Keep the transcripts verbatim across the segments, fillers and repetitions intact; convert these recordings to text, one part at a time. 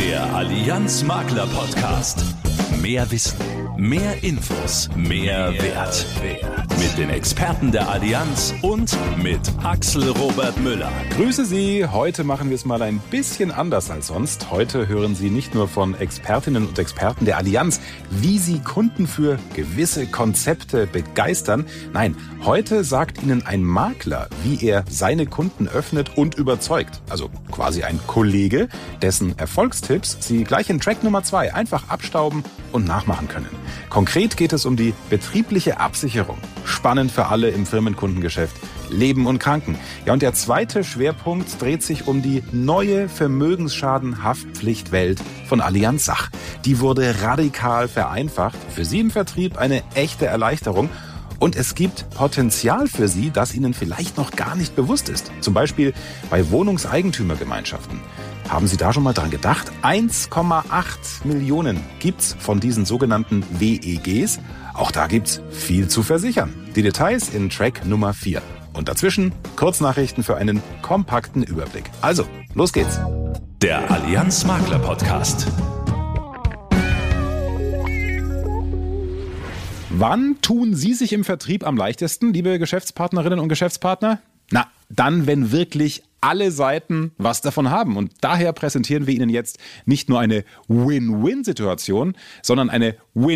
Der Allianz Makler Podcast. Mehr Wissen, mehr Infos, mehr Wert. Mit den Experten der Allianz und mit Axel Robert Müller. Grüße Sie. Heute machen wir es mal ein bisschen anders als sonst. Heute hören Sie nicht nur von Expertinnen und Experten der Allianz, wie sie Kunden für gewisse Konzepte begeistern. Nein, heute sagt Ihnen ein Makler, wie er seine Kunden öffnet und überzeugt. Also quasi ein Kollege, dessen Erfolgstipps Sie gleich in Track Nummer zwei einfach abstauben und nachmachen können. Konkret geht es um die betriebliche Absicherung. Spannend für alle im Firmenkundengeschäft. Leben und Kranken. Ja, und der zweite Schwerpunkt dreht sich um die neue Vermögensschadenhaftpflichtwelt von Allianz Sach. Die wurde radikal vereinfacht. Für Sie im Vertrieb eine echte Erleichterung. Und es gibt Potenzial für Sie, das Ihnen vielleicht noch gar nicht bewusst ist. Zum Beispiel bei Wohnungseigentümergemeinschaften. Haben Sie da schon mal dran gedacht? eins Komma acht Millionen gibt's von diesen sogenannten W E Gs. Auch da gibt's viel zu versichern. Die Details in Track Nummer vier. Und dazwischen Kurznachrichten für einen kompakten Überblick. Also, los geht's. Der Allianz Makler Podcast. Wann tun Sie sich im Vertrieb am leichtesten, liebe Geschäftspartnerinnen und Geschäftspartner? Na, dann, wenn wirklich alle Seiten was davon haben. Und daher präsentieren wir Ihnen jetzt nicht nur eine Win-Win-Situation, sondern eine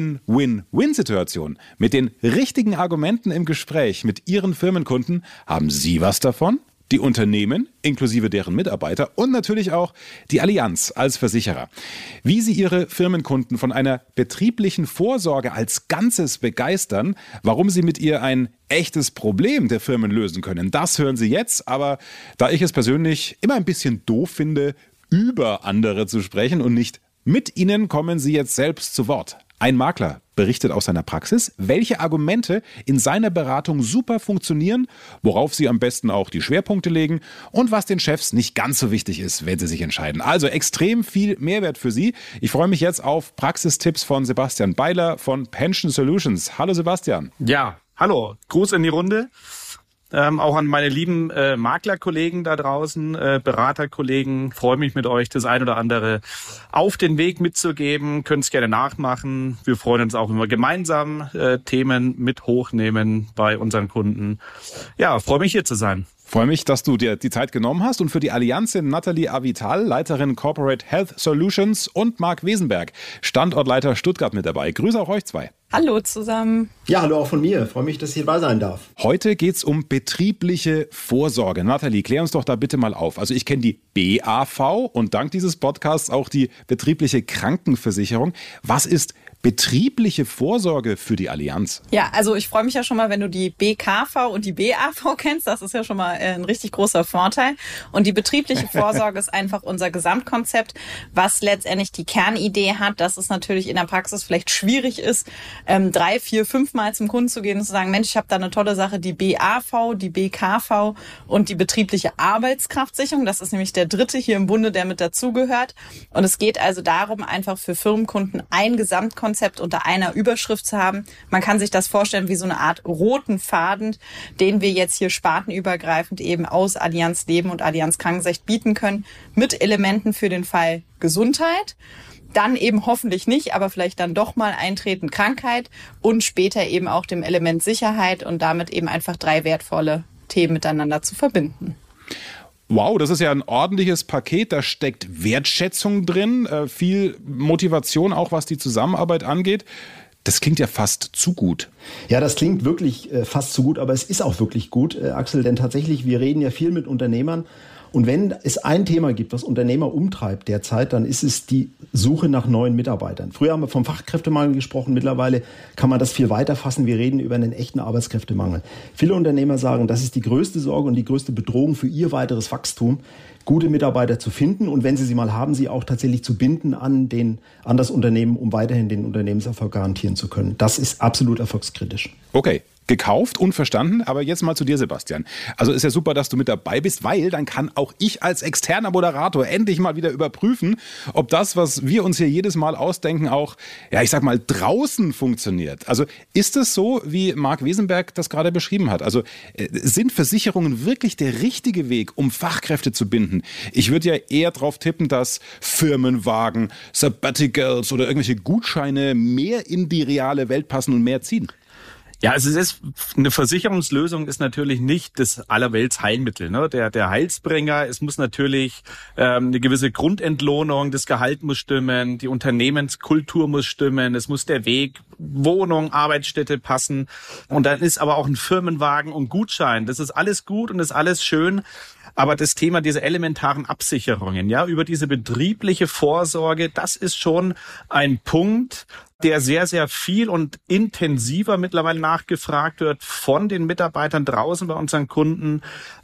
Win-Win-Win-Situation. Mit den richtigen Argumenten im Gespräch mit Ihren Firmenkunden haben Sie was davon, die Unternehmen inklusive deren Mitarbeiter und natürlich auch die Allianz als Versicherer. Wie Sie Ihre Firmenkunden von einer betrieblichen Vorsorge als Ganzes begeistern, warum Sie mit ihr ein echtes Problem der Firmen lösen können, das hören Sie jetzt. Aber da ich es persönlich immer ein bisschen doof finde, über andere zu sprechen und nicht mit ihnen, kommen Sie jetzt selbst zu Wort. Ein Makler berichtet aus seiner Praxis, welche Argumente in seiner Beratung super funktionieren, worauf sie am besten auch die Schwerpunkte legen und was den Chefs nicht ganz so wichtig ist, wenn sie sich entscheiden. Also extrem viel Mehrwert für Sie. Ich freue mich jetzt auf Praxistipps von Sebastian Beiler von Pension Solutions. Hallo Sebastian. Ja, hallo. Gruß in die Runde. Ähm, auch an meine lieben äh, Maklerkollegen da draußen, äh, Beraterkollegen. Freue mich mit euch, das ein oder andere auf den Weg mitzugeben. Könnt es gerne nachmachen. Wir freuen uns auch, wenn wir gemeinsam äh, Themen mit hochnehmen bei unseren Kunden. Ja, freue mich hier zu sein. Freue mich, dass du dir die Zeit genommen hast und für die Allianz sind Nathalie Avital, Leiterin Corporate Health Solutions und Marc Wesenberg, Standortleiter Stuttgart mit dabei. Grüße auch euch zwei. Hallo zusammen. Ja, hallo auch von mir. Freue mich, dass ich hier dabei sein darf. Heute geht's um betriebliche Vorsorge. Nathalie, klär uns doch da bitte mal auf. Also ich kenne die B A V und dank dieses Podcasts auch die betriebliche Krankenversicherung. Was ist betriebliche Vorsorge für die Allianz? Ja, also ich freue mich ja schon mal, wenn du die B K V und die B A V kennst. Das ist ja schon mal ein richtig großer Vorteil. Und die betriebliche Vorsorge ist einfach unser Gesamtkonzept, was letztendlich die Kernidee hat, dass es natürlich in der Praxis vielleicht schwierig ist, ähm, drei, vier, fünf Mal zum Kunden zu gehen und zu sagen, Mensch, ich habe da eine tolle Sache, die B A V, die B K V und die betriebliche Arbeitskraftsicherung. Das ist nämlich der dritte hier im Bunde, der mit dazugehört. Und es geht also darum, einfach für Firmenkunden ein Gesamtkonzept unter einer Überschrift zu haben. Man kann sich das vorstellen wie so eine Art roten Faden, den wir jetzt hier spartenübergreifend eben aus Allianz Leben und Allianz Krankenversicherung bieten können, mit Elementen für den Fall Gesundheit. Dann eben hoffentlich nicht, aber vielleicht dann doch mal eintreten Krankheit und später eben auch dem Element Sicherheit und damit eben einfach drei wertvolle Themen miteinander zu verbinden. Wow, das ist ja ein ordentliches Paket, da steckt Wertschätzung drin, äh, viel Motivation auch, was die Zusammenarbeit angeht. Das klingt ja fast zu gut. Ja, das klingt wirklich äh, fast zu gut, aber es ist auch wirklich gut, äh, Axel, denn tatsächlich, wir reden ja viel mit Unternehmern. Und wenn es ein Thema gibt, was Unternehmer umtreibt derzeit, dann ist es die Suche nach neuen Mitarbeitern. Früher haben wir vom Fachkräftemangel gesprochen, mittlerweile kann man das viel weiter fassen. Wir reden über einen echten Arbeitskräftemangel. Viele Unternehmer sagen, das ist die größte Sorge und die größte Bedrohung für ihr weiteres Wachstum, gute Mitarbeiter zu finden und wenn sie sie mal haben, sie auch tatsächlich zu binden an, den, an das Unternehmen, um weiterhin den Unternehmenserfolg garantieren zu können. Das ist absolut erfolgskritisch. Okay, gekauft und verstanden. Aber jetzt mal zu dir, Sebastian. Also ist ja super, dass du mit dabei bist, weil dann kann auch ich als externer Moderator endlich mal wieder überprüfen, ob das, was wir uns hier jedes Mal ausdenken, auch, ja, ich sag mal, draußen funktioniert. Also ist es so, wie Marc Wesenberg das gerade beschrieben hat? Also äh, sind Versicherungen wirklich der richtige Weg, um Fachkräfte zu binden? Ich würde ja eher drauf tippen, dass Firmenwagen, Sabbaticals oder irgendwelche Gutscheine mehr in die reale Welt passen und mehr ziehen. Ja, also es ist, eine Versicherungslösung ist natürlich nicht das allerwelts Heilmittel, ne? Der, der Heilsbringer. Es muss natürlich ähm, eine gewisse Grundentlohnung, das Gehalt muss stimmen, die Unternehmenskultur muss stimmen, es muss der Weg, Wohnung, Arbeitsstätte passen. Und dann ist aber auch ein Firmenwagen und Gutschein. Das ist alles gut und ist alles schön. Aber das Thema dieser elementaren Absicherungen, ja, über diese betriebliche Vorsorge, das ist schon ein Punkt, der sehr, sehr viel und intensiver mittlerweile nachgefragt wird von den Mitarbeitern draußen bei unseren Kunden.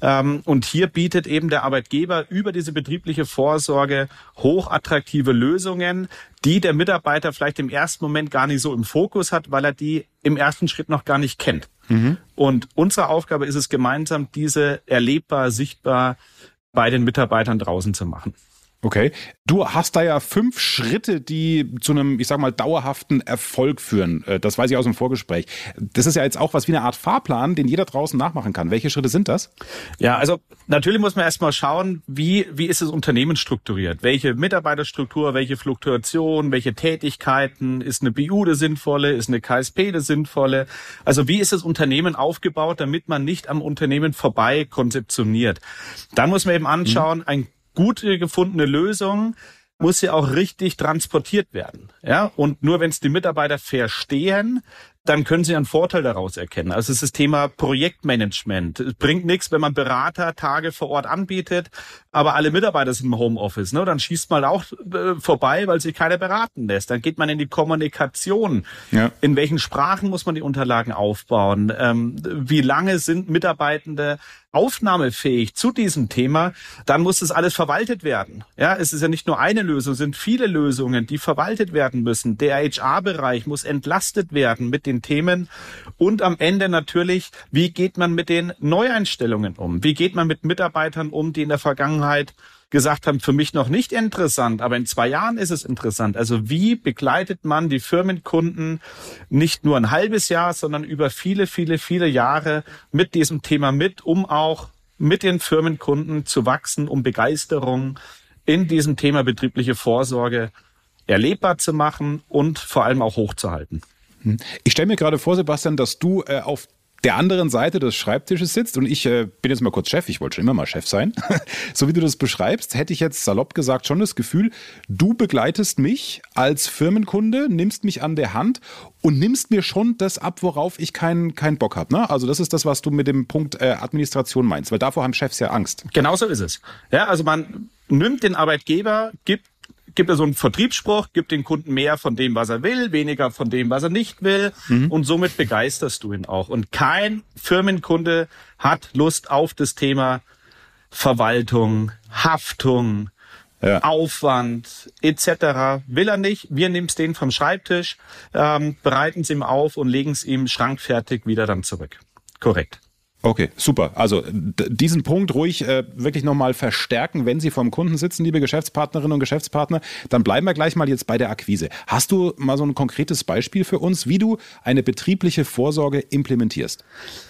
Und hier bietet eben der Arbeitgeber über diese betriebliche Vorsorge hochattraktive Lösungen, die der Mitarbeiter vielleicht im ersten Moment gar nicht so im Fokus hat, weil er die im ersten Schritt noch gar nicht kennt. Mhm. Und unsere Aufgabe ist es gemeinsam, diese erlebbar, sichtbar bei den Mitarbeitern draußen zu machen. Okay. Du hast da ja fünf Schritte, die zu einem, ich sag mal, dauerhaften Erfolg führen. Das weiß ich aus dem Vorgespräch. Das ist ja jetzt auch was wie eine Art Fahrplan, den jeder draußen nachmachen kann. Welche Schritte sind das? Ja, also natürlich muss man erstmal schauen, wie, wie ist das Unternehmen strukturiert? Welche Mitarbeiterstruktur, welche Fluktuation, welche Tätigkeiten? Ist eine B U eine sinnvolle? Ist eine K S P eine sinnvolle? Also wie ist das Unternehmen aufgebaut, damit man nicht am Unternehmen vorbei konzeptioniert? Dann muss man eben anschauen, ein gut gefundene Lösung muss ja auch richtig transportiert werden. Ja, und nur wenn es die Mitarbeiter verstehen, dann können sie einen Vorteil daraus erkennen. Also es ist das Thema Projektmanagement. Es bringt nichts, wenn man Berater Tage vor Ort anbietet, aber alle Mitarbeiter sind im Homeoffice. Ne? Dann schießt man auch äh, vorbei, weil sich keiner beraten lässt. Dann geht man in die Kommunikation. Ja. In welchen Sprachen muss man die Unterlagen aufbauen? Ähm, wie lange sind Mitarbeitende aufnahmefähig zu diesem Thema? Dann muss das alles verwaltet werden. Ja, es ist ja nicht nur eine Lösung, es sind viele Lösungen, die verwaltet werden müssen. Der H R-Bereich muss entlastet werden mit den Themen und am Ende natürlich, wie geht man mit den Neueinstellungen um? Wie geht man mit Mitarbeitern um, die in der Vergangenheit gesagt haben, für mich noch nicht interessant, aber in zwei Jahren ist es interessant. Also wie begleitet man die Firmenkunden nicht nur ein halbes Jahr, sondern über viele, viele, viele Jahre mit diesem Thema mit, um auch mit den Firmenkunden zu wachsen, um Begeisterung in diesem Thema betriebliche Vorsorge erlebbar zu machen und vor allem auch hochzuhalten. Ich stelle mir gerade vor, Sebastian, dass du äh, auf der anderen Seite des Schreibtisches sitzt und ich äh, bin jetzt mal kurz Chef, ich wollte schon immer mal Chef sein. So wie du das beschreibst, hätte ich jetzt salopp gesagt schon das Gefühl, du begleitest mich als Firmenkunde, nimmst mich an der Hand und nimmst mir schon das ab, worauf ich keinen keinen Bock habe. Ne? Also das ist das, was du mit dem Punkt äh, Administration meinst, weil davor haben Chefs ja Angst. Genau so ist es. Ja, also man nimmt den Arbeitgeber, gibt gibt es so einen Vertriebsspruch, gibt den Kunden mehr von dem, was er will, weniger von dem, was er nicht will. Mhm. Und somit begeisterst du ihn auch. Und kein Firmenkunde hat Lust auf das Thema Verwaltung, Haftung, ja. Aufwand et cetera. Will er nicht. Wir nehmen es denen vom Schreibtisch, ähm, bereiten es ihm auf und legen es ihm schrankfertig wieder dann zurück. Korrekt. Okay, super. Also d- diesen Punkt ruhig äh, wirklich nochmal verstärken, wenn Sie vorm Kunden sitzen, liebe Geschäftspartnerinnen und Geschäftspartner. Dann bleiben wir gleich mal jetzt bei der Akquise. Hast du mal so ein konkretes Beispiel für uns, wie du eine betriebliche Vorsorge implementierst?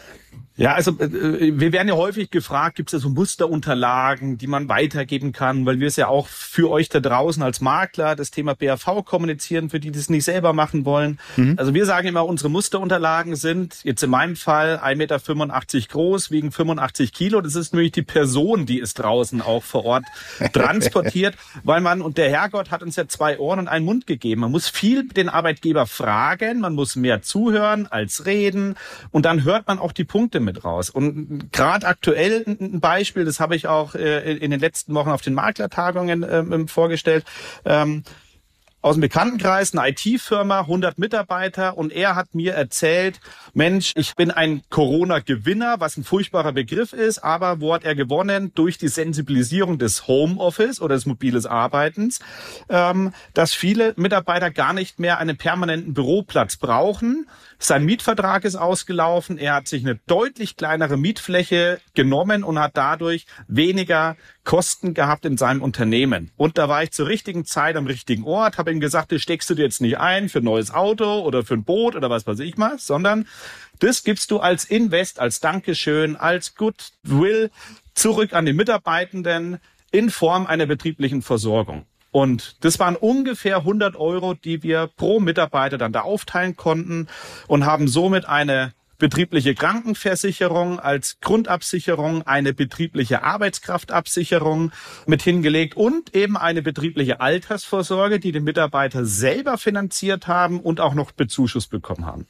Ja, also äh, wir werden ja häufig gefragt, gibt es da so Musterunterlagen, die man weitergeben kann, weil wir es ja auch für euch da draußen als Makler das Thema B A V kommunizieren, für die, die es nicht selber machen wollen. Mhm. Also wir sagen immer, unsere Musterunterlagen sind jetzt in meinem Fall ein Meter fünfundachtzig groß, wiegen fünfundachtzig Kilo. Das ist nämlich die Person, die es draußen auch vor Ort transportiert, weil man, und der Herrgott hat uns ja zwei Ohren und einen Mund gegeben. Man muss viel den Arbeitgeber fragen, man muss mehr zuhören als reden und dann hört man auch die Punkte mit raus. Und gerade aktuell ein Beispiel, das habe ich auch äh, in den letzten Wochen auf den Maklertagungen äh, vorgestellt. Ähm, aus dem Bekanntenkreis, eine I T-Firma, hundert Mitarbeiter, und er hat mir erzählt, Mensch, ich bin ein Corona-Gewinner, was ein furchtbarer Begriff ist, aber wo hat er gewonnen? Durch die Sensibilisierung des Homeoffice oder des mobiles Arbeitens, ähm, dass viele Mitarbeiter gar nicht mehr einen permanenten Büroplatz brauchen. Sein Mietvertrag ist ausgelaufen, er hat sich eine deutlich kleinere Mietfläche genommen und hat dadurch weniger Kosten gehabt in seinem Unternehmen. Und da war ich zur richtigen Zeit am richtigen Ort, habe ihm gesagt, das steckst du dir jetzt nicht ein für ein neues Auto oder für ein Boot oder was weiß ich mal, sondern das gibst du als Invest, als Dankeschön, als Goodwill zurück an die Mitarbeitenden in Form einer betrieblichen Versorgung. Und das waren ungefähr hundert Euro, die wir pro Mitarbeiter dann da aufteilen konnten und haben somit eine betriebliche Krankenversicherung als Grundabsicherung, eine betriebliche Arbeitskraftabsicherung mit hingelegt und eben eine betriebliche Altersvorsorge, die die Mitarbeiter selber finanziert haben und auch noch Bezuschuss bekommen haben.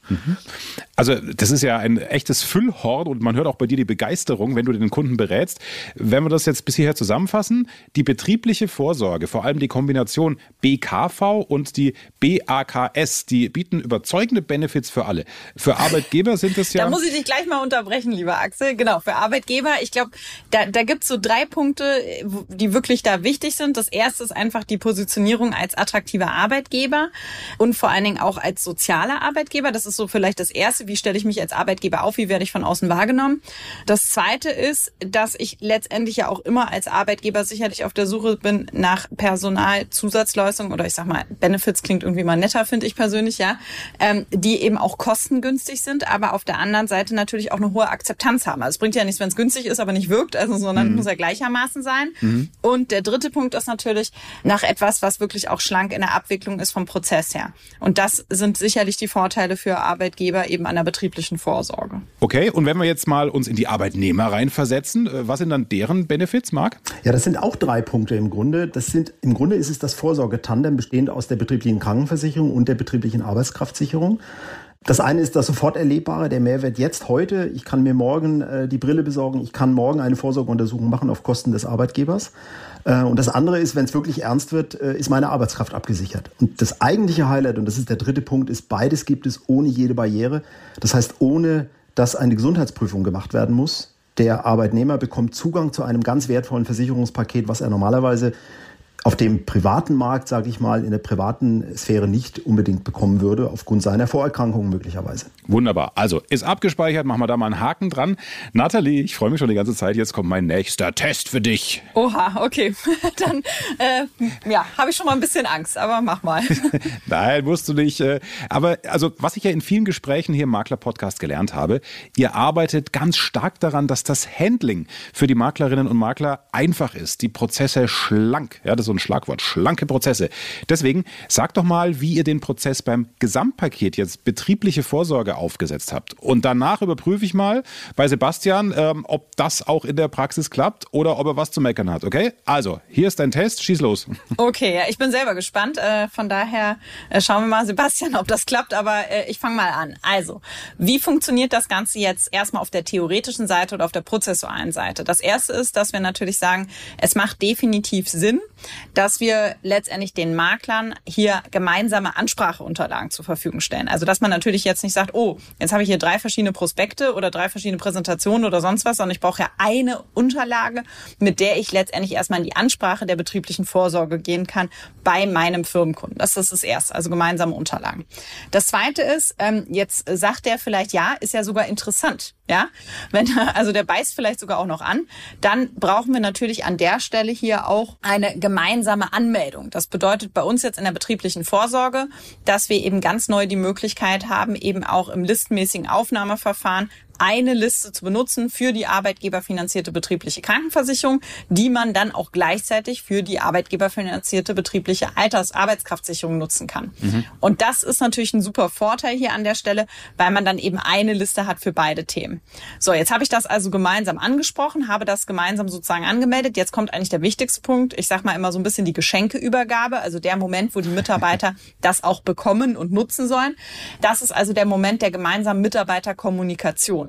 Also das ist ja ein echtes Füllhorn und man hört auch bei dir die Begeisterung, wenn du den Kunden berätst. Wenn wir das jetzt bis hierher zusammenfassen, die betriebliche Vorsorge, vor allem die Kombination B K V und die B A K S, die bieten überzeugende Benefits für alle. Für Arbeitgeber sind es ja... Da muss ich dich gleich mal unterbrechen, lieber Axel. Genau, für Arbeitgeber, ich glaube, da, da gibt's so drei Punkte, die wirklich da wichtig sind. Das erste ist einfach die Positionierung als attraktiver Arbeitgeber und vor allen Dingen auch als sozialer Arbeitgeber. Das ist so vielleicht das Erste. Wie stelle ich mich als Arbeitgeber auf? Wie werde ich von außen wahrgenommen? Das Zweite ist, dass ich letztendlich ja auch immer als Arbeitgeber sicherlich auf der Suche bin nach Personalzusatzleistungen oder ich sag mal, Benefits klingt irgendwie mal netter, finde ich persönlich, ja, ähm, die eben auch kostengünstig sind, aber auf der anderen Seite natürlich auch eine hohe Akzeptanz haben. Also es bringt ja nichts, wenn es günstig ist, aber nicht wirkt, also sondern mhm. muss ja gleichermaßen sein. Mhm. Und der dritte Punkt ist natürlich nach etwas, was wirklich auch schlank in der Abwicklung ist vom Prozess her. Und das sind sicherlich die Vorteile für Arbeitgeber eben an der betrieblichen Vorsorge. Okay, und wenn wir jetzt mal uns in die Arbeitnehmer reinversetzen, was sind dann deren Benefits, Marc? Ja, das sind auch drei Punkte im Grunde. Das sind, im Grunde ist es das Vorsorgetandem, bestehend aus der betrieblichen Krankenversicherung und der betrieblichen Arbeitskraftsicherung. Das eine ist das sofort Erlebbare, der Mehrwert jetzt, heute. Ich kann mir morgen äh, die Brille besorgen, ich kann morgen eine Vorsorgeuntersuchung machen auf Kosten des Arbeitgebers. Äh, und das andere ist, wenn es wirklich ernst wird, äh, ist meine Arbeitskraft abgesichert. Und das eigentliche Highlight, und das ist der dritte Punkt, ist, beides gibt es ohne jede Barriere. Das heißt, ohne dass eine Gesundheitsprüfung gemacht werden muss. Der Arbeitnehmer bekommt Zugang zu einem ganz wertvollen Versicherungspaket, was er normalerweise auf dem privaten Markt, sage ich mal, in der privaten Sphäre nicht unbedingt bekommen würde, aufgrund seiner Vorerkrankungen möglicherweise. Wunderbar. Also, ist abgespeichert, machen wir da mal einen Haken dran. Nathalie, ich freue mich schon die ganze Zeit, jetzt kommt mein nächster Test für dich. Oha, okay. Dann, äh, ja, habe ich schon mal ein bisschen Angst, aber mach mal. Nein, musst du nicht. Aber, also, was ich ja in vielen Gesprächen hier im Makler-Podcast gelernt habe, ihr arbeitet ganz stark daran, dass das Handling für die Maklerinnen und Makler einfach ist, die Prozesse schlank, ja, das ist so ein Schlagwort, schlanke Prozesse. Deswegen sag doch mal, wie ihr den Prozess beim Gesamtpaket jetzt betriebliche Vorsorge aufgesetzt habt. Und danach überprüfe ich mal bei Sebastian, ähm, ob das auch in der Praxis klappt oder ob er was zu meckern hat. Okay? Also, hier ist dein Test, schieß los. Okay, ja, ich bin selber gespannt. Äh, von daher äh, schauen wir mal, Sebastian, ob das klappt. Aber äh, ich fange mal an. Also, wie funktioniert das Ganze jetzt erstmal auf der theoretischen Seite oder auf der prozessualen Seite? Das Erste ist, dass wir natürlich sagen, es macht definitiv Sinn, dass wir letztendlich den Maklern hier gemeinsame Anspracheunterlagen zur Verfügung stellen. Also dass man natürlich jetzt nicht sagt, oh, jetzt habe ich hier drei verschiedene Prospekte oder drei verschiedene Präsentationen oder sonst was, sondern ich brauche ja eine Unterlage, mit der ich letztendlich erstmal in die Ansprache der betrieblichen Vorsorge gehen kann bei meinem Firmenkunden. Das ist das Erste, also gemeinsame Unterlagen. Das Zweite ist, ähm, jetzt sagt der vielleicht, ja, ist ja sogar interessant. Ja, wenn, also der beißt vielleicht sogar auch noch an, dann brauchen wir natürlich an der Stelle hier auch eine gemeinsame Anmeldung. Das bedeutet bei uns jetzt in der betrieblichen Vorsorge, dass wir eben ganz neu die Möglichkeit haben, eben auch im listenmäßigen Aufnahmeverfahren eine Liste zu benutzen für die arbeitgeberfinanzierte betriebliche Krankenversicherung, die man dann auch gleichzeitig für die arbeitgeberfinanzierte betriebliche Alters-Arbeitskraftsicherung nutzen kann. Mhm. Und das ist natürlich ein super Vorteil hier an der Stelle, weil man dann eben eine Liste hat für beide Themen. So, jetzt habe ich das also gemeinsam angesprochen, habe das gemeinsam sozusagen angemeldet. Jetzt kommt eigentlich der wichtigste Punkt. Ich sage mal immer so ein bisschen die Geschenkeübergabe, also der Moment, wo die Mitarbeiter das auch bekommen und nutzen sollen. Das ist also der Moment der gemeinsamen Mitarbeiterkommunikation.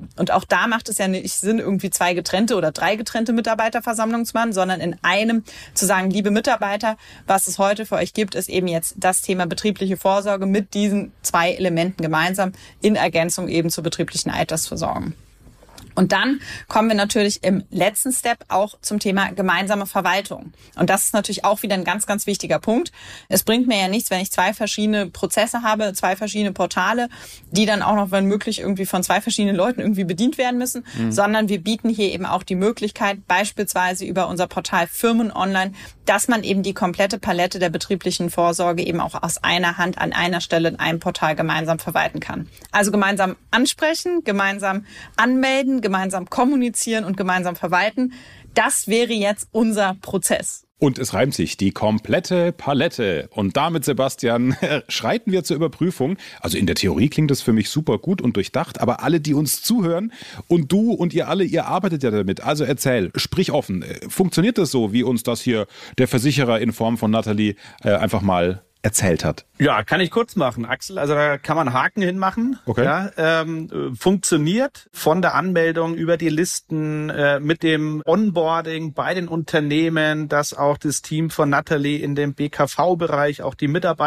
Versammlung. Und auch da macht es ja nicht Sinn, irgendwie zwei getrennte oder drei getrennte Mitarbeiterversammlungen zu machen, sondern in einem zu sagen, liebe Mitarbeiter, was es heute für euch gibt, ist eben jetzt das Thema betriebliche Vorsorge mit diesen zwei Elementen gemeinsam in Ergänzung eben zur betrieblichen Altersvorsorge. Und dann kommen wir natürlich im letzten Step auch zum Thema gemeinsame Verwaltung. Und das ist natürlich auch wieder ein ganz, ganz wichtiger Punkt. Es bringt mir ja nichts, wenn ich zwei verschiedene Prozesse habe, zwei verschiedene Portale, die dann auch noch, wenn möglich, irgendwie von zwei verschiedenen Leuten irgendwie bedient werden müssen, mhm. sondern wir bieten hier eben auch die Möglichkeit, beispielsweise über unser Portal Firmen Online, dass man eben die komplette Palette der betrieblichen Vorsorge eben auch aus einer Hand an einer Stelle in einem Portal gemeinsam verwalten kann. Also gemeinsam ansprechen, gemeinsam anmelden, gemeinsam kommunizieren und gemeinsam verwalten. Das wäre jetzt unser Prozess. Und es reimt sich, die komplette Palette. Und damit, Sebastian, schreiten wir zur Überprüfung. Also in der Theorie klingt das für mich super gut und durchdacht, aber alle, die uns zuhören und du und ihr alle, ihr arbeitet ja damit. Also erzähl, sprich offen. Funktioniert das so, wie uns das hier der Versicherer in Form von Nathalie äh, einfach mal erzählt hat? Ja, kann ich kurz machen, Axel. Also da kann man Haken hinmachen. Okay. Ja, ähm, funktioniert von der Anmeldung über die Listen äh, mit dem Onboarding bei den Unternehmen, dass auch das Team von Nathalie in dem B K V-Bereich, auch die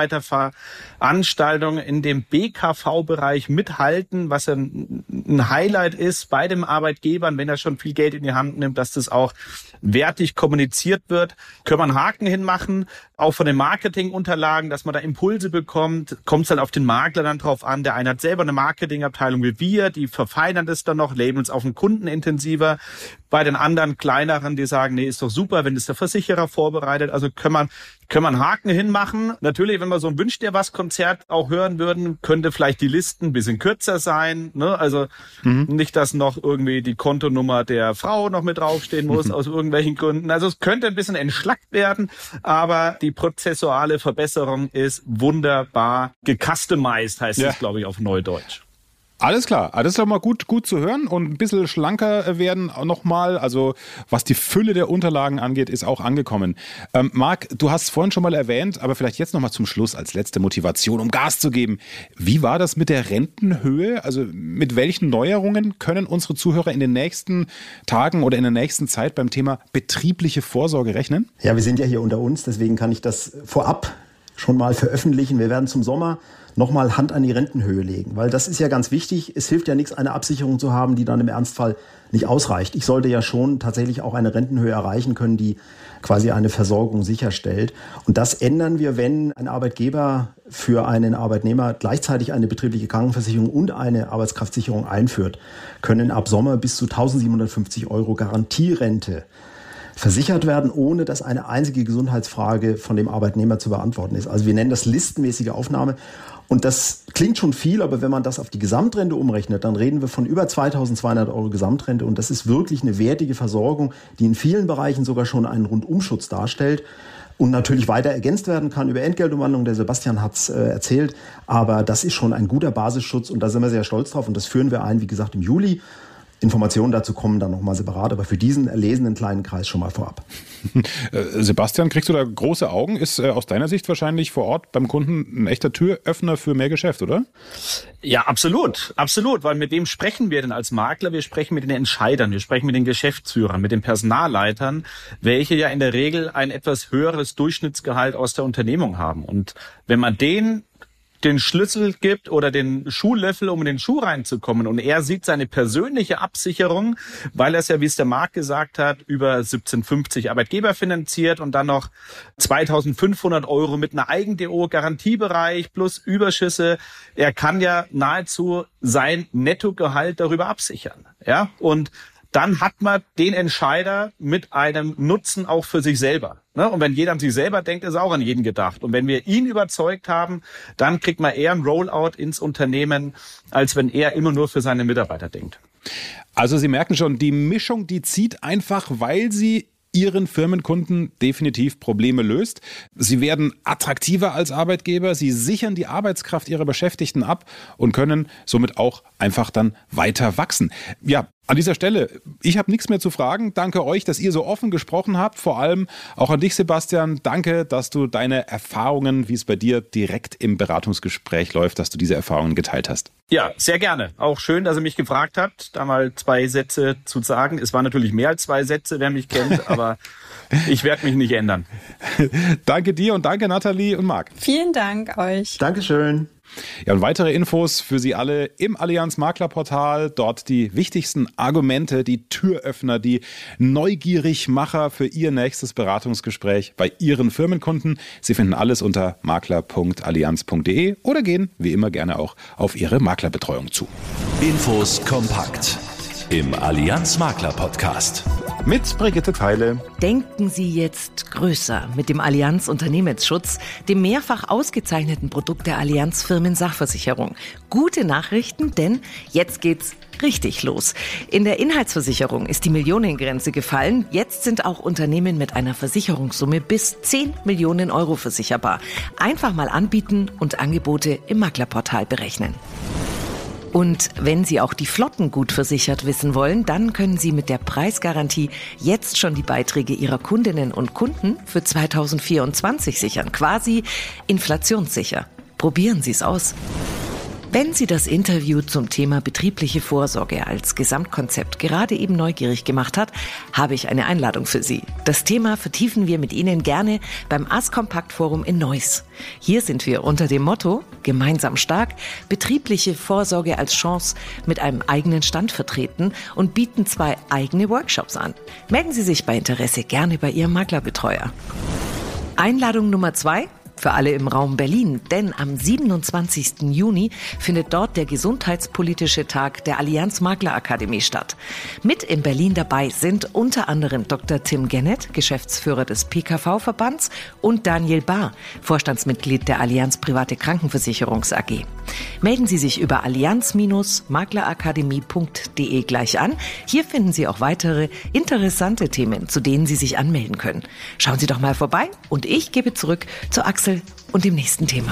Mitarbeiterveranstaltungen in dem B K V-Bereich mithalten, was ein, ein Highlight ist bei dem Arbeitgebern, wenn er schon viel Geld in die Hand nimmt, dass das auch wertig kommuniziert wird. Können wir einen Haken hinmachen, auch von den Marketingunterlagen, dass man da Impulse bekommt, kommt es halt auf den Makler dann drauf an. Der eine hat selber eine Marketingabteilung wie wir, die verfeinern das dann noch, labeln es auf den Kunden intensiver. Bei den anderen kleineren, die sagen, nee, ist doch super, wenn das der Versicherer vorbereitet. Also können wir, können wir einen Haken hinmachen. Natürlich, wenn wir so ein Wünsch dir was Konzert auch hören würden, könnte vielleicht die Listen ein bisschen kürzer sein. Ne? Also mhm. nicht, dass noch irgendwie die Kontonummer der Frau noch mit draufstehen muss, mhm. aus irgendwelchen Gründen. Also es könnte ein bisschen entschlackt werden, aber die prozessuale Verbesserung ist wunderbar gecustomized, heißt ja. es, glaube ich, auf Neudeutsch. Alles klar, das ist doch mal gut, gut zu hören und ein bisschen schlanker werden nochmal. Also was die Fülle der Unterlagen angeht, ist auch angekommen. Ähm, Marc, du hast es vorhin schon mal erwähnt, aber vielleicht jetzt nochmal zum Schluss als letzte Motivation, um Gas zu geben. Wie war das mit der Rentenhöhe? Also mit welchen Neuerungen können unsere Zuhörer in den nächsten Tagen oder in der nächsten Zeit beim Thema betriebliche Vorsorge rechnen? Ja, wir sind ja hier unter uns, deswegen kann ich das vorab schon mal veröffentlichen. Wir werden zum Sommer nochmal Hand an die Rentenhöhe legen, weil das ist ja ganz wichtig. Es hilft ja nichts, eine Absicherung zu haben, die dann im Ernstfall nicht ausreicht. Ich sollte ja schon tatsächlich auch eine Rentenhöhe erreichen können, die quasi eine Versorgung sicherstellt. Und das ändern wir, wenn ein Arbeitgeber für einen Arbeitnehmer gleichzeitig eine betriebliche Krankenversicherung und eine Arbeitskraftsicherung einführt, können ab Sommer bis zu eintausendsiebenhundertfünfzig Euro Garantierente versichert werden, ohne dass eine einzige Gesundheitsfrage von dem Arbeitnehmer zu beantworten ist. Also wir nennen das listenmäßige Aufnahme. Und das klingt schon viel, aber wenn man das auf die Gesamtrente umrechnet, dann reden wir von über zweitausendzweihundert Euro Gesamtrente. Und das ist wirklich eine wertige Versorgung, die in vielen Bereichen sogar schon einen Rundumschutz darstellt und natürlich weiter ergänzt werden kann über Entgeltumwandlung. Der Sebastian hat es äh, erzählt. Aber das ist schon ein guter Basisschutz und da sind wir sehr stolz drauf. Und das führen wir ein, wie gesagt, im Juli. Informationen dazu kommen dann nochmal separat, aber für diesen erlesenen kleinen Kreis schon mal vorab. Sebastian, kriegst du da große Augen? Ist äh, aus deiner Sicht wahrscheinlich vor Ort beim Kunden ein echter Türöffner für mehr Geschäft, oder? Ja, absolut, absolut, weil mit wem sprechen wir denn als Makler? Wir sprechen mit den Entscheidern, wir sprechen mit den Geschäftsführern, mit den Personalleitern, welche ja in der Regel ein etwas höheres Durchschnittsgehalt aus der Unternehmung haben. Und wenn man den den Schlüssel gibt oder den Schuhlöffel, um in den Schuh reinzukommen. Und er sieht seine persönliche Absicherung, weil er es ja, wie es der Marc gesagt hat, über siebzehn fünfzig Arbeitgeber finanziert und dann noch zweitausendfünfhundert Euro mit einer Eigen-D O-Garantiebereich plus Überschüsse. Er kann ja nahezu sein Nettogehalt darüber absichern. Ja, und dann hat man den Entscheider mit einem Nutzen auch für sich selber. Und wenn jeder an sich selber denkt, ist auch an jeden gedacht. Und wenn wir ihn überzeugt haben, dann kriegt man eher ein Rollout ins Unternehmen, als wenn er immer nur für seine Mitarbeiter denkt. Also Sie merken schon, die Mischung, die zieht einfach, weil sie Ihren Firmenkunden definitiv Probleme löst. Sie werden attraktiver als Arbeitgeber, sie sichern die Arbeitskraft ihrer Beschäftigten ab und können somit auch einfach dann weiter wachsen. Ja, An dieser Stelle, ich habe nichts mehr zu fragen. Danke euch, dass ihr so offen gesprochen habt. Vor allem auch an dich, Sebastian. Danke, dass du deine Erfahrungen, wie es bei dir direkt im Beratungsgespräch läuft, dass du diese Erfahrungen geteilt hast. Ja, sehr gerne. Auch schön, dass ihr mich gefragt habt, da mal zwei Sätze zu sagen. Es waren natürlich mehr als zwei Sätze, wer mich kennt, aber ich werde mich nicht ändern. Danke dir und danke Nathalie und Marc. Vielen Dank euch. Dankeschön. Ja, und weitere Infos für Sie alle im Allianz Maklerportal. Dort die wichtigsten Argumente, die Türöffner, die Neugierigmacher für Ihr nächstes Beratungsgespräch bei Ihren Firmenkunden. Sie finden alles unter makler punkt allianz punkt de oder gehen wie immer gerne auch auf Ihre Maklerbetreuung zu. Infos kompakt im Allianz Makler Podcast. Mit Brigitte Theile. Denken Sie jetzt größer mit dem Allianz Unternehmensschutz, dem mehrfach ausgezeichneten Produkt der Allianz Firmensachversicherung. Gute Nachrichten, denn jetzt geht's richtig los. In der Inhaltsversicherung ist die Millionengrenze gefallen. Jetzt sind auch Unternehmen mit einer Versicherungssumme bis zehn Millionen Euro versicherbar. Einfach mal anbieten und Angebote im Maklerportal berechnen. Und wenn Sie auch die Flotten gut versichert wissen wollen, dann können Sie mit der Preisgarantie jetzt schon die Beiträge Ihrer Kundinnen und Kunden für zweitausendvierundzwanzig sichern. Quasi inflationssicher. Probieren Sie es aus. Wenn Sie das Interview zum Thema betriebliche Vorsorge als Gesamtkonzept gerade eben neugierig gemacht hat, habe ich eine Einladung für Sie. Das Thema vertiefen wir mit Ihnen gerne beim ASKompakt Forum in Neuss. Hier sind wir unter dem Motto Gemeinsam stark, betriebliche Vorsorge als Chance mit einem eigenen Stand vertreten und bieten zwei eigene Workshops an. Melden Sie sich bei Interesse gerne bei Ihrem Maklerbetreuer. Einladung Nummer zwei. Für alle im Raum Berlin, denn am siebenundzwanzigsten Juni findet dort der gesundheitspolitische Tag der Allianz Maklerakademie statt. Mit in Berlin dabei sind unter anderem Doktor Tim Gennett, Geschäftsführer des P K V-Verbands, und Daniel Bahr, Vorstandsmitglied der Allianz Private Krankenversicherungs A G. Melden Sie sich über allianz Bindestrich maklerakademie punkt de gleich an. Hier finden Sie auch weitere interessante Themen, zu denen Sie sich anmelden können. Schauen Sie doch mal vorbei und ich gebe zurück zu Axel und dem nächsten Thema.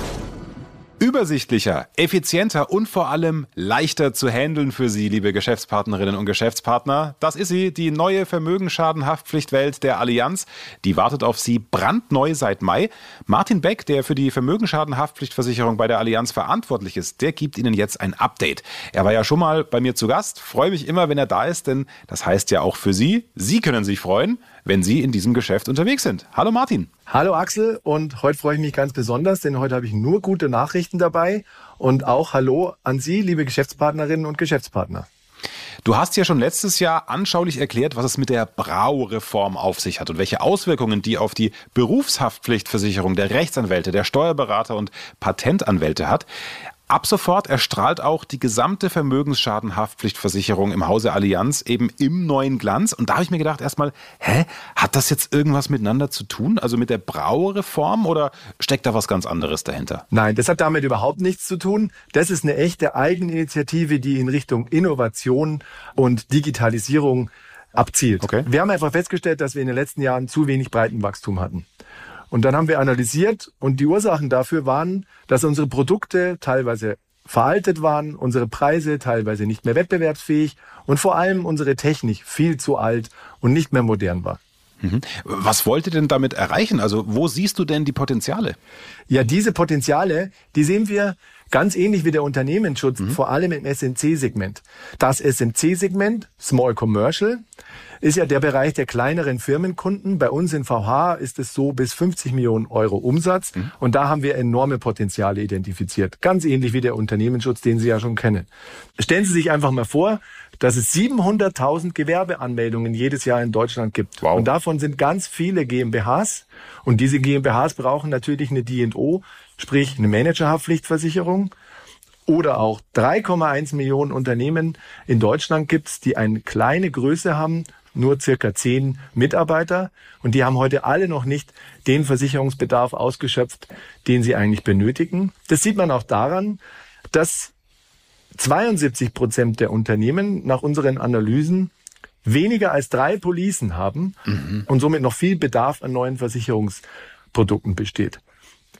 Übersichtlicher, effizienter und vor allem leichter zu handeln für Sie, liebe Geschäftspartnerinnen und Geschäftspartner. Das ist sie, die neue Vermögensschadenhaftpflichtwelt der Allianz. Die wartet auf Sie brandneu seit Mai. Martin Beck, der für die Vermögensschadenhaftpflichtversicherung bei der Allianz verantwortlich ist, der gibt Ihnen jetzt ein Update. Er war ja schon mal bei mir zu Gast. Freue mich immer, wenn er da ist, denn das heißt ja auch für Sie, Sie können sich freuen, wenn Sie in diesem Geschäft unterwegs sind. Hallo Martin. Hallo Axel, und heute freue ich mich ganz besonders, denn heute habe ich nur gute Nachrichten dabei und auch Hallo an Sie, liebe Geschäftspartnerinnen und Geschäftspartner. Du hast ja schon letztes Jahr anschaulich erklärt, was es mit der Brau-Reform auf sich hat und welche Auswirkungen die auf die Berufshaftpflichtversicherung der Rechtsanwälte, der Steuerberater und Patentanwälte hat. Ab sofort erstrahlt auch die gesamte Vermögensschadenhaftpflichtversicherung im Hause Allianz eben im neuen Glanz. Und da habe ich mir gedacht erstmal, hä, hat das jetzt irgendwas miteinander zu tun? Also mit der Brau-Reform, oder steckt da was ganz anderes dahinter? Nein, das hat damit überhaupt nichts zu tun. Das ist eine echte Eigeninitiative, die in Richtung Innovation und Digitalisierung abzielt. Okay. Wir haben einfach festgestellt, dass wir in den letzten Jahren zu wenig Breitenwachstum hatten. Und dann haben wir analysiert, und die Ursachen dafür waren, dass unsere Produkte teilweise veraltet waren, unsere Preise teilweise nicht mehr wettbewerbsfähig und vor allem unsere Technik viel zu alt und nicht mehr modern war. Mhm. Was wollt ihr denn damit erreichen? Also wo siehst du denn die Potenziale? Ja, diese Potenziale, die sehen wir ganz ähnlich wie der Unternehmensschutz, mhm. vor allem im S M C-Segment. Das S M C-Segment, Small Commercial, ist ja der Bereich der kleineren Firmenkunden. Bei uns in V H ist es so bis fünfzig Millionen Euro Umsatz. Mhm. Und da haben wir enorme Potenziale identifiziert. Ganz ähnlich wie der Unternehmensschutz, den Sie ja schon kennen. Stellen Sie sich einfach mal vor, dass es siebenhunderttausend Gewerbeanmeldungen jedes Jahr in Deutschland gibt. Wow. Und davon sind ganz viele GmbHs. Und diese GmbHs brauchen natürlich eine D und O, sprich eine Managerhaftpflichtversicherung. Oder auch drei Komma eins Millionen Unternehmen in Deutschland gibt's, die eine kleine Größe haben, nur circa zehn Mitarbeiter. Und die haben heute alle noch nicht den Versicherungsbedarf ausgeschöpft, den sie eigentlich benötigen. Das sieht man auch daran, dass zweiundsiebzig Prozent der Unternehmen nach unseren Analysen weniger als drei Policen haben mhm. und somit noch viel Bedarf an neuen Versicherungsprodukten besteht.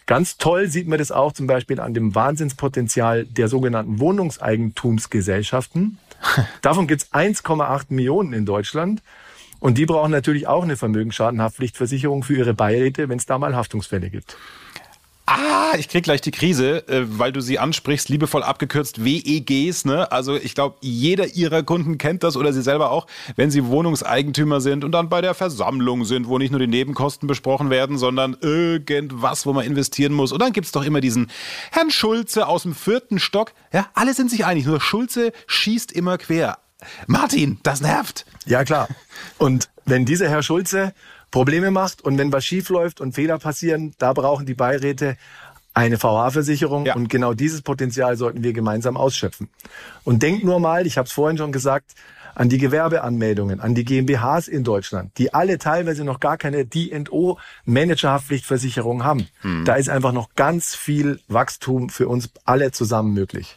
Ganz toll sieht man das auch zum Beispiel an dem Wahnsinnspotenzial der sogenannten Wohnungseigentumsgesellschaften. Davon gibt's eins Komma acht Millionen in Deutschland. Und die brauchen natürlich auch eine Vermögensschadenhaftpflichtversicherung für ihre Beiräte, wenn es da mal Haftungsfälle gibt. Ah, ich krieg gleich die Krise, äh, weil du sie ansprichst, liebevoll abgekürzt W E Gs, ne? Also ich glaube, jeder ihrer Kunden kennt das oder sie selber auch, wenn sie Wohnungseigentümer sind und dann bei der Versammlung sind, wo nicht nur die Nebenkosten besprochen werden, sondern irgendwas, wo man investieren muss. Und dann gibt's doch immer diesen Herrn Schulze aus dem vierten Stock. Ja, alle sind sich einig, nur Schulze schießt immer quer. Martin, das nervt. Ja, klar. Und wenn dieser Herr Schulze Probleme macht und wenn was schief läuft und Fehler passieren, da brauchen die Beiräte eine V H-Versicherung. Ja. Und genau dieses Potenzial sollten wir gemeinsam ausschöpfen. Und denkt nur mal, ich habe es vorhin schon gesagt, an die Gewerbeanmeldungen, an die GmbHs in Deutschland, die alle teilweise noch gar keine D und O-Managerhaftpflichtversicherung haben. Hm. Da ist einfach noch ganz viel Wachstum für uns alle zusammen möglich.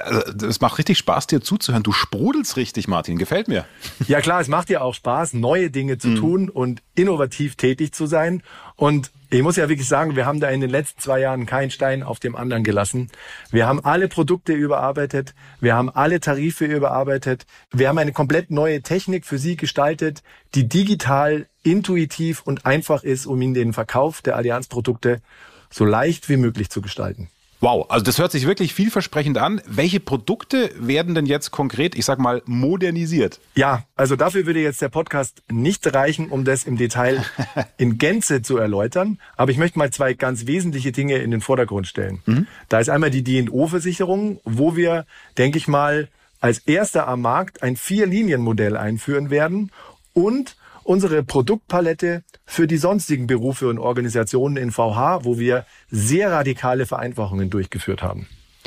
Es macht richtig Spaß, dir zuzuhören. Du sprudelst richtig, Martin. Gefällt mir. Ja klar, es macht ja auch Spaß, neue Dinge zu hm. tun und innovativ tätig zu sein. Und ich muss ja wirklich sagen, wir haben da in den letzten zwei Jahren keinen Stein auf dem anderen gelassen. Wir haben alle Produkte überarbeitet, wir haben alle Tarife überarbeitet, wir haben eine komplett neue Technik für Sie gestaltet, die digital, intuitiv und einfach ist, um Ihnen den Verkauf der Allianz-Produkte so leicht wie möglich zu gestalten. Wow, also das hört sich wirklich vielversprechend an. Welche Produkte werden denn jetzt konkret, ich sag mal, modernisiert? Ja, also dafür würde jetzt der Podcast nicht reichen, um das im Detail in Gänze zu erläutern. Aber ich möchte mal zwei ganz wesentliche Dinge in den Vordergrund stellen. Mhm. Da ist einmal die D und O-Versicherung, wo wir, denke ich mal, als erster am Markt ein Vier-Linien-Modell einführen werden und unsere Produktpalette für die sonstigen Berufe und Organisationen in V H, wo wir sehr radikale Vereinfachungen durchgeführt haben.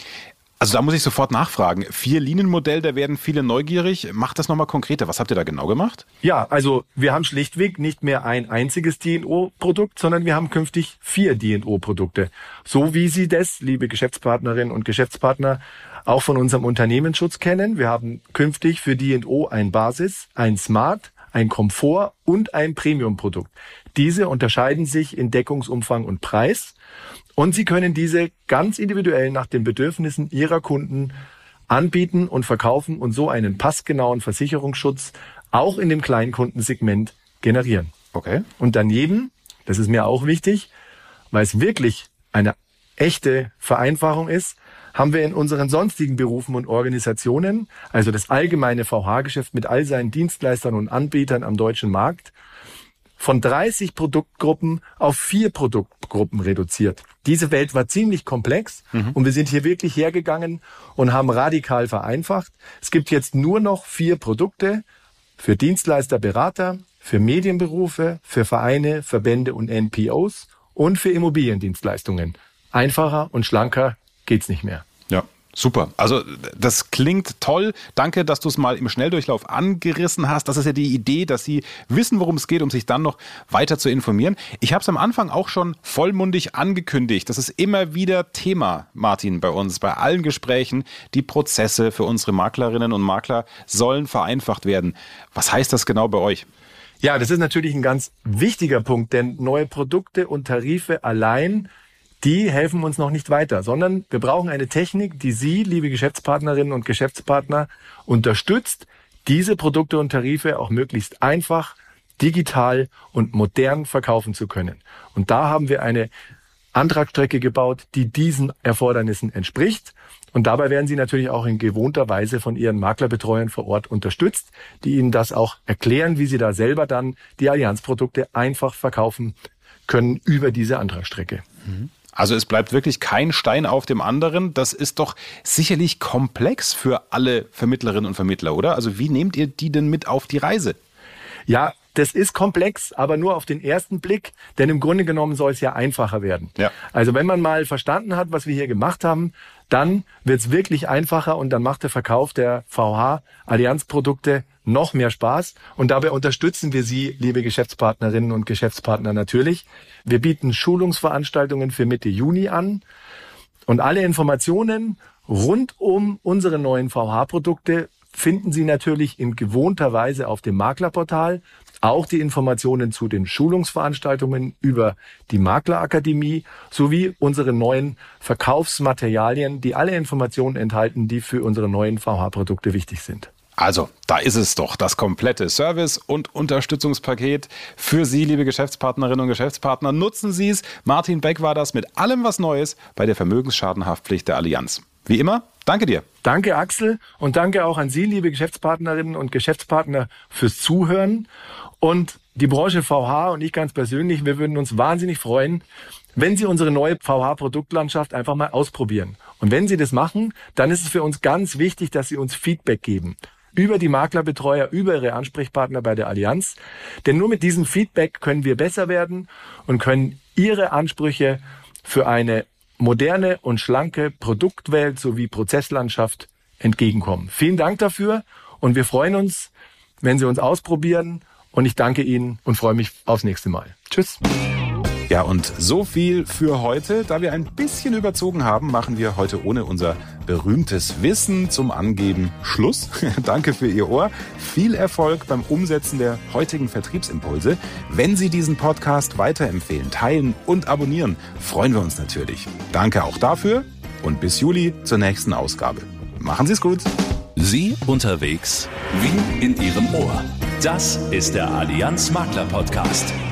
Also da muss ich sofort nachfragen. Vier-Linien-Modell, da werden viele neugierig. Macht das nochmal konkreter. Was habt ihr da genau gemacht? Ja, also wir haben schlichtweg nicht mehr ein einziges D und O-Produkt, sondern wir haben künftig vier D und O-Produkte. So wie Sie das, liebe Geschäftspartnerinnen und Geschäftspartner, auch von unserem Unternehmensschutz kennen. Wir haben künftig für D und O ein Basis, ein Smart, ein Komfort und ein Premium-Produkt. Diese unterscheiden sich in Deckungsumfang und Preis und Sie können diese ganz individuell nach den Bedürfnissen Ihrer Kunden anbieten und verkaufen und so einen passgenauen Versicherungsschutz auch in dem Kleinkundensegment generieren. Okay. Und daneben, das ist mir auch wichtig, weil es wirklich eine echte Vereinfachung ist, haben wir in unseren sonstigen Berufen und Organisationen, also das allgemeine V H-Geschäft mit all seinen Dienstleistern und Anbietern am deutschen Markt, von dreißig Produktgruppen auf vier Produktgruppen reduziert. Diese Welt war ziemlich komplex mhm. und wir sind hier wirklich hergegangen und haben radikal vereinfacht. Es gibt jetzt nur noch vier Produkte für Dienstleister, Berater, für Medienberufe, für Vereine, Verbände und N P Os und für Immobiliendienstleistungen. Einfacher und schlanker geht's nicht mehr. Ja, super. Also das klingt toll. Danke, dass du es mal im Schnelldurchlauf angerissen hast. Das ist ja die Idee, dass Sie wissen, worum es geht, um sich dann noch weiter zu informieren. Ich habe es am Anfang auch schon vollmundig angekündigt. Das ist immer wieder Thema, Martin, bei uns, bei allen Gesprächen. Die Prozesse für unsere Maklerinnen und Makler sollen vereinfacht werden. Was heißt das genau bei euch? Ja, das ist natürlich ein ganz wichtiger Punkt, denn neue Produkte und Tarife allein, die helfen uns noch nicht weiter, sondern wir brauchen eine Technik, die Sie, liebe Geschäftspartnerinnen und Geschäftspartner, unterstützt, diese Produkte und Tarife auch möglichst einfach, digital und modern verkaufen zu können. Und da haben wir eine Antragsstrecke gebaut, die diesen Erfordernissen entspricht. Und dabei werden Sie natürlich auch in gewohnter Weise von Ihren Maklerbetreuern vor Ort unterstützt, die Ihnen das auch erklären, wie Sie da selber dann die Allianz-Produkte einfach verkaufen können über diese Antragsstrecke. Mhm. Also es bleibt wirklich kein Stein auf dem anderen. Das ist doch sicherlich komplex für alle Vermittlerinnen und Vermittler, oder? Also wie nehmt ihr die denn mit auf die Reise? Ja, das ist komplex, aber nur auf den ersten Blick, denn im Grunde genommen soll es ja einfacher werden. Ja. Also wenn man mal verstanden hat, was wir hier gemacht haben, dann wird es wirklich einfacher und dann macht der Verkauf der V H-Allianz-Produkte noch mehr Spaß. Und dabei unterstützen wir Sie, liebe Geschäftspartnerinnen und Geschäftspartner, natürlich. Wir bieten Schulungsveranstaltungen für Mitte Juni an und alle Informationen rund um unsere neuen V H-Produkte finden Sie natürlich in gewohnter Weise auf dem Maklerportal, auch die Informationen zu den Schulungsveranstaltungen über die Maklerakademie sowie unsere neuen Verkaufsmaterialien, die alle Informationen enthalten, die für unsere neuen V H-Produkte wichtig sind. Also, da ist es doch, das komplette Service- und Unterstützungspaket für Sie, liebe Geschäftspartnerinnen und Geschäftspartner. Nutzen Sie es. Martin Beck war das mit allem, was Neues bei der Vermögensschadenhaftpflicht der Allianz. Wie immer, danke dir. Danke, Axel, und danke auch an Sie, liebe Geschäftspartnerinnen und Geschäftspartner, fürs Zuhören. Und die Branche V H und ich ganz persönlich, wir würden uns wahnsinnig freuen, wenn Sie unsere neue V H-Produktlandschaft einfach mal ausprobieren. Und wenn Sie das machen, dann ist es für uns ganz wichtig, dass Sie uns Feedback geben. Über die Maklerbetreuer, über Ihre Ansprechpartner bei der Allianz. Denn nur mit diesem Feedback können wir besser werden und können Ihre Ansprüche für eine moderne und schlanke Produktwelt sowie Prozesslandschaft entgegenkommen. Vielen Dank dafür und wir freuen uns, wenn Sie uns ausprobieren. Und ich danke Ihnen und freue mich aufs nächste Mal. Tschüss. Ja, und so viel für heute. Da wir ein bisschen überzogen haben, machen wir heute ohne unser berühmtes Wissen zum Angeben Schluss. Danke für Ihr Ohr. Viel Erfolg beim Umsetzen der heutigen Vertriebsimpulse. Wenn Sie diesen Podcast weiterempfehlen, teilen und abonnieren, freuen wir uns natürlich. Danke auch dafür und bis Juli zur nächsten Ausgabe. Machen Sie es gut. Sie unterwegs wie in Ihrem Ohr. Das ist der Allianz Makler Podcast.